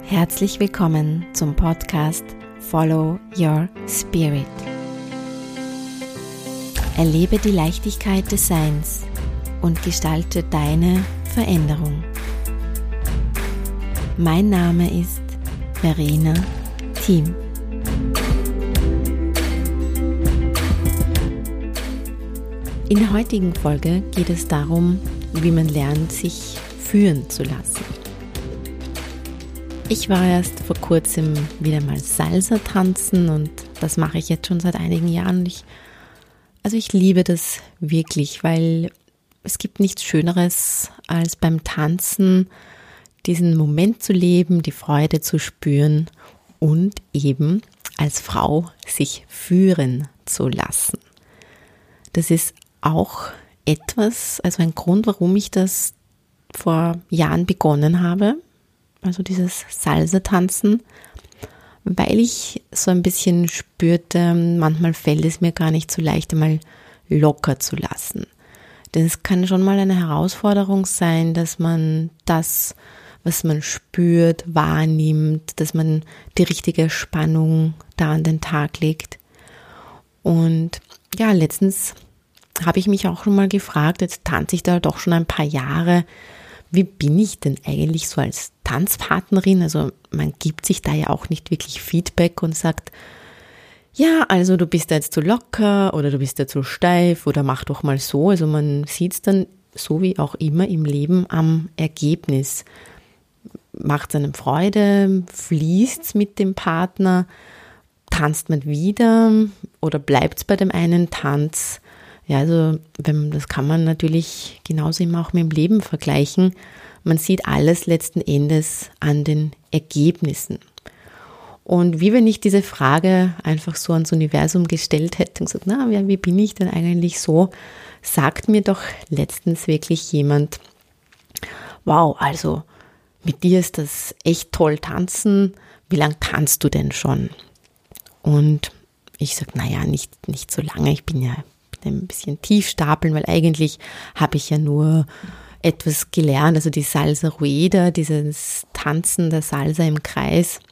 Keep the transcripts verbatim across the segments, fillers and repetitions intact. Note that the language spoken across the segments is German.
Herzlich willkommen zum Podcast Follow Your Spirit. Erlebe die Leichtigkeit des Seins und gestalte deine Veränderung. Mein Name ist Verena Thiem. In der heutigen Folge geht es darum, wie man lernt, sich führen zu lassen. Ich war erst vor kurzem wieder mal Salsa tanzen und das mache ich jetzt schon seit einigen Jahren. Ich, also ich liebe das wirklich, weil es gibt nichts Schöneres, als beim Tanzen diesen Moment zu leben, die Freude zu spüren und eben als Frau sich führen zu lassen. Das ist auch etwas, also ein Grund, warum ich das vor Jahren begonnen habe. Also dieses Salsa-Tanzen, weil ich so ein bisschen spürte, manchmal fällt es mir gar nicht so leicht, einmal locker zu lassen. Denn es kann schon mal eine Herausforderung sein, dass man das, was man spürt, wahrnimmt, dass man die richtige Spannung da an den Tag legt. Und ja, letztens habe ich mich auch schon mal gefragt, jetzt tanze ich da doch schon ein paar Jahre, wie bin ich denn eigentlich so als Tanzpartnerin? Also man gibt sich da ja auch nicht wirklich Feedback und sagt, ja, also du bist da jetzt zu locker oder du bist da zu steif oder mach doch mal so. Also man sieht es dann so wie auch immer im Leben am Ergebnis. Macht es einem Freude, fließt es mit dem Partner, tanzt man wieder oder bleibt es bei dem einen Tanz? Ja, also wenn, das kann man natürlich genauso immer auch mit dem Leben vergleichen. Man sieht alles letzten Endes an den Ergebnissen. Und wie wenn ich diese Frage einfach so ans Universum gestellt hätte und gesagt, na, wie bin ich denn eigentlich so, sagt mir doch letztens wirklich jemand, wow, also mit dir ist das echt toll tanzen, wie lange tanzt du denn schon? Und ich sage, naja, nicht, nicht so lange, ich bin ja ein bisschen tief stapeln, weil eigentlich habe ich ja nur etwas gelernt, also die Salsa Rueda, dieses Tanzen der Salsa im Kreis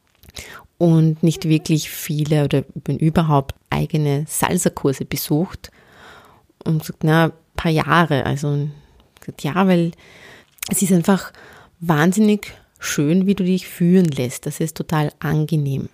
und nicht wirklich viele oder bin überhaupt eigene Salsa-Kurse besucht und gesagt, na, ein paar Jahre, also gesagt, ja, weil es ist einfach wahnsinnig schön, wie du dich fühlen lässt, das ist total angenehm.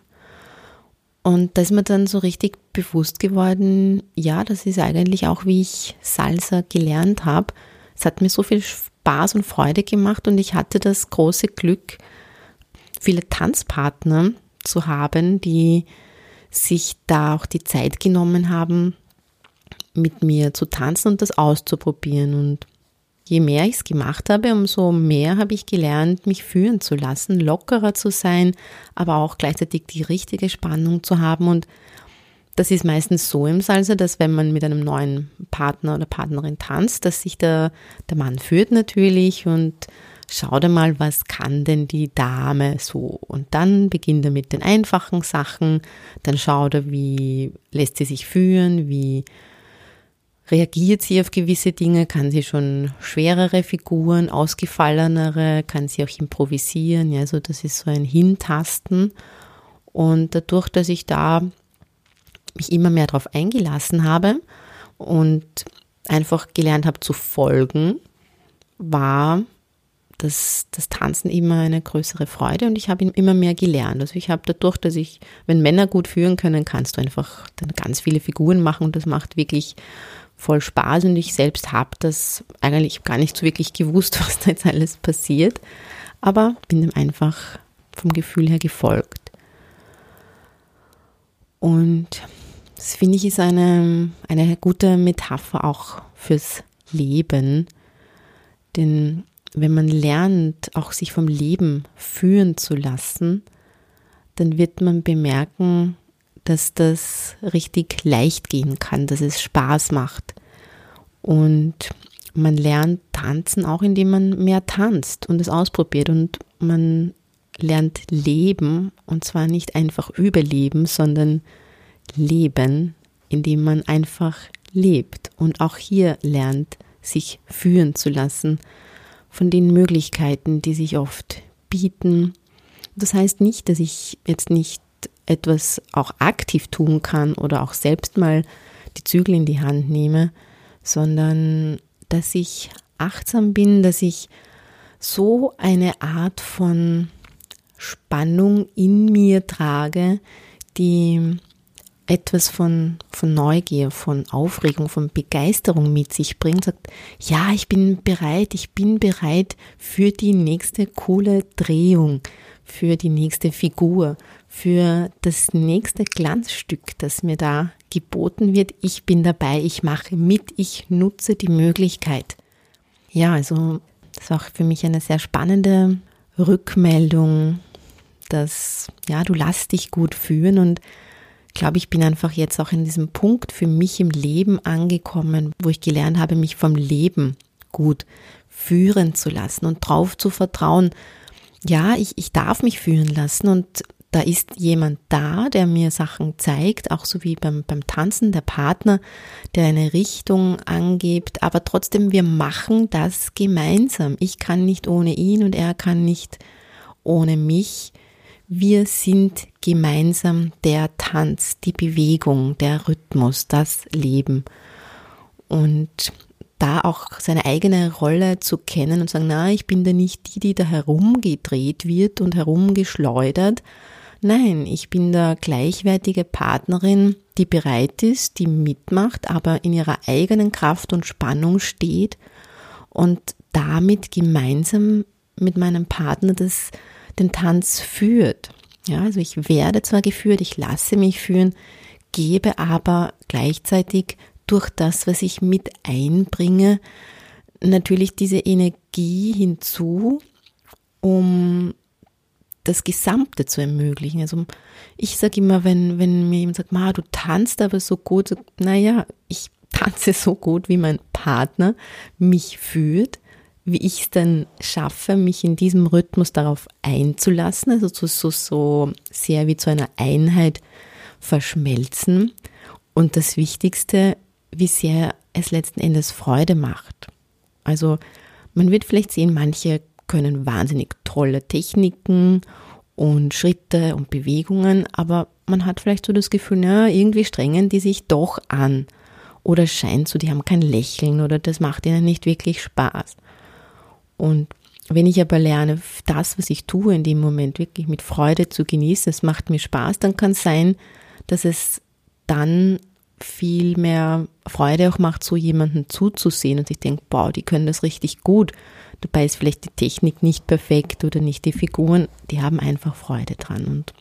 Und da ist mir dann so richtig bewusst geworden, ja, das ist eigentlich auch, wie ich Salsa gelernt habe. Es hat mir so viel Spaß und Freude gemacht und ich hatte das große Glück, viele Tanzpartner zu haben, die sich da auch die Zeit genommen haben, mit mir zu tanzen und das auszuprobieren. Und je mehr ich es gemacht habe, umso mehr habe ich gelernt, mich führen zu lassen, lockerer zu sein, aber auch gleichzeitig die richtige Spannung zu haben. Und das ist meistens so im Salsa, dass wenn man mit einem neuen Partner oder Partnerin tanzt, dass sich der, der Mann führt natürlich und schaut einmal, was kann denn die Dame so. Und dann beginnt er mit den einfachen Sachen, dann schaut er, wie lässt sie sich führen, wie reagiert sie auf gewisse Dinge, kann sie schon schwerere Figuren, ausgefallenere, kann sie auch improvisieren. Ja, also das ist so ein Hintasten. Und dadurch, dass ich da mich immer mehr darauf eingelassen habe und einfach gelernt habe zu folgen, war das, das Tanzen immer eine größere Freude und ich habe immer mehr gelernt. Also ich habe dadurch, dass ich, wenn Männer gut führen können, kannst du einfach dann ganz viele Figuren machen und das macht wirklich voll Spaß und ich selbst habe das eigentlich gar nicht so wirklich gewusst, was da jetzt alles passiert, aber bin dem einfach vom Gefühl her gefolgt. Und das finde ich ist eine, eine gute Metapher auch fürs Leben, denn wenn man lernt, auch sich vom Leben führen zu lassen, dann wird man bemerken, dass das richtig leicht gehen kann, dass es Spaß macht. Und man lernt tanzen auch, indem man mehr tanzt und es ausprobiert. Und man lernt leben, und zwar nicht einfach überleben, sondern leben, indem man einfach lebt. Und auch hier lernt, sich führen zu lassen von den Möglichkeiten, die sich oft bieten, Das heißt nicht, dass ich jetzt nicht etwas auch aktiv tun kann oder auch selbst mal die Zügel in die Hand nehme, sondern dass ich achtsam bin, dass ich so eine Art von Spannung in mir trage, die etwas von, von Neugier, von Aufregung, von Begeisterung mit sich bringt, sagt, ja, ich bin bereit, ich bin bereit für die nächste coole Drehung, für die nächste Figur, für das nächste Glanzstück, das mir da geboten wird. Ich bin dabei, ich mache mit, ich nutze die Möglichkeit. Ja, also das ist auch für mich eine sehr spannende Rückmeldung, dass ja, du lass dich gut führen, und ich glaube, ich bin einfach jetzt auch in diesem Punkt für mich im Leben angekommen, wo ich gelernt habe, mich vom Leben gut führen zu lassen und drauf zu vertrauen. Ja, ich, ich darf mich führen lassen, und da ist jemand da, der mir Sachen zeigt, auch so wie beim, beim Tanzen, der Partner, der eine Richtung angibt, aber trotzdem, wir machen das gemeinsam. Ich kann nicht ohne ihn und er kann nicht ohne mich. Wir sind gemeinsam der Tanz, die Bewegung, der Rhythmus, das Leben. Und da auch seine eigene Rolle zu kennen und sagen, na, ich bin da nicht die, die da herumgedreht wird und herumgeschleudert. Nein, ich bin da gleichwertige Partnerin, die bereit ist, die mitmacht, aber in ihrer eigenen Kraft und Spannung steht und damit gemeinsam mit meinem Partner das den Tanz führt. Ja, also ich werde zwar geführt, ich lasse mich führen, gebe aber gleichzeitig durch das, was ich mit einbringe, natürlich diese Energie hinzu, um das Gesamte zu ermöglichen. Also ich sage immer, wenn, wenn mir jemand sagt, Ma, du tanzt aber so gut, so, naja, ich tanze so gut, wie mein Partner mich führt, wie ich es dann schaffe, mich in diesem Rhythmus darauf einzulassen, also so, so, so sehr wie zu einer Einheit verschmelzen. Und das Wichtigste, wie sehr es letzten Endes Freude macht. Also man wird vielleicht sehen, manche können wahnsinnig tolle Techniken und Schritte und Bewegungen, aber man hat vielleicht so das Gefühl, na, irgendwie strengen die sich doch an. Oder es scheint so, die haben kein Lächeln oder das macht ihnen nicht wirklich Spaß. Und wenn ich aber lerne, das, was ich tue, in dem Moment wirklich mit Freude zu genießen, es macht mir Spaß, dann kann es sein, dass es dann viel mehr Freude auch macht, so jemanden zuzusehen und ich denke, boah, die können das richtig gut. Dabei ist vielleicht die Technik nicht perfekt oder nicht die Figuren, die haben einfach Freude dran. Und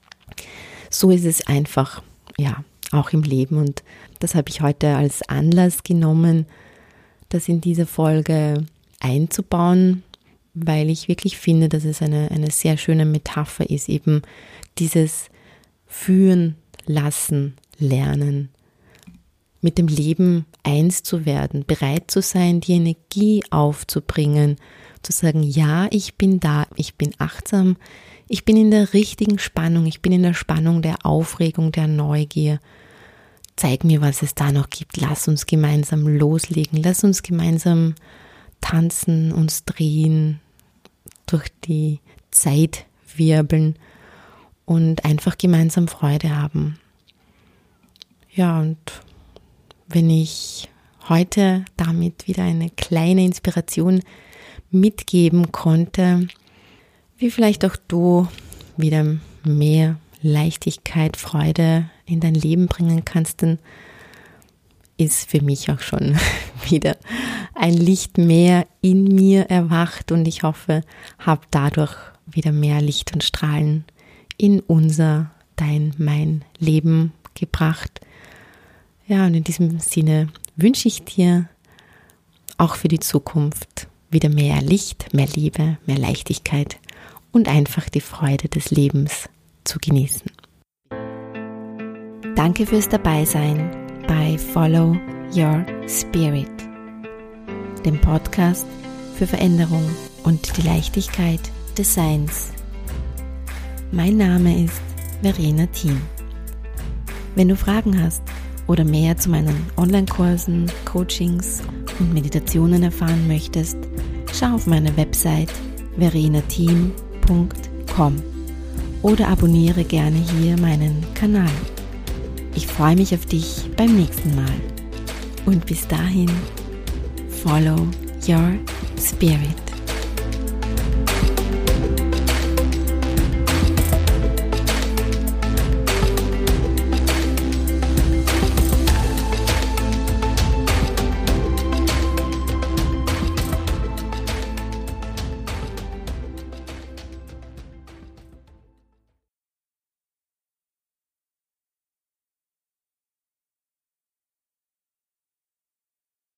so ist es einfach, ja, auch im Leben. Und das habe ich heute als Anlass genommen, das in dieser Folge einzubauen, weil ich wirklich finde, dass es eine, eine sehr schöne Metapher ist, eben dieses Führen lassen, lernen, mit dem Leben eins zu werden, bereit zu sein, die Energie aufzubringen, zu sagen, ja, ich bin da, ich bin achtsam, ich bin in der richtigen Spannung, ich bin in der Spannung der Aufregung, der Neugier. Zeig mir, was es da noch gibt, lass uns gemeinsam loslegen, lass uns gemeinsam tanzen, uns drehen, durch die Zeit wirbeln und einfach gemeinsam Freude haben. Ja, und wenn ich heute damit wieder eine kleine Inspiration mitgeben konnte, wie vielleicht auch du wieder mehr Leichtigkeit, Freude in dein Leben bringen kannst, dann ist für mich auch schon wieder ein Licht mehr in mir erwacht und ich hoffe, habe dadurch wieder mehr Licht und Strahlen in unser, dein, mein Leben gebracht. Ja, und in diesem Sinne wünsche ich dir auch für die Zukunft wieder mehr Licht, mehr Liebe, mehr Leichtigkeit und einfach die Freude des Lebens zu genießen. Danke fürs Dabeisein bei Follow Your Spirit, dem Podcast für Veränderung und die Leichtigkeit des Seins. Mein Name ist Verena Thiem. Wenn du Fragen hast oder mehr zu meinen Online-Kursen, Coachings und Meditationen erfahren möchtest, schau auf meine Website verena thiem punkt com. oder abonniere gerne hier meinen Kanal. Ich freue mich auf dich beim nächsten Mal. Und bis dahin, follow your spirit.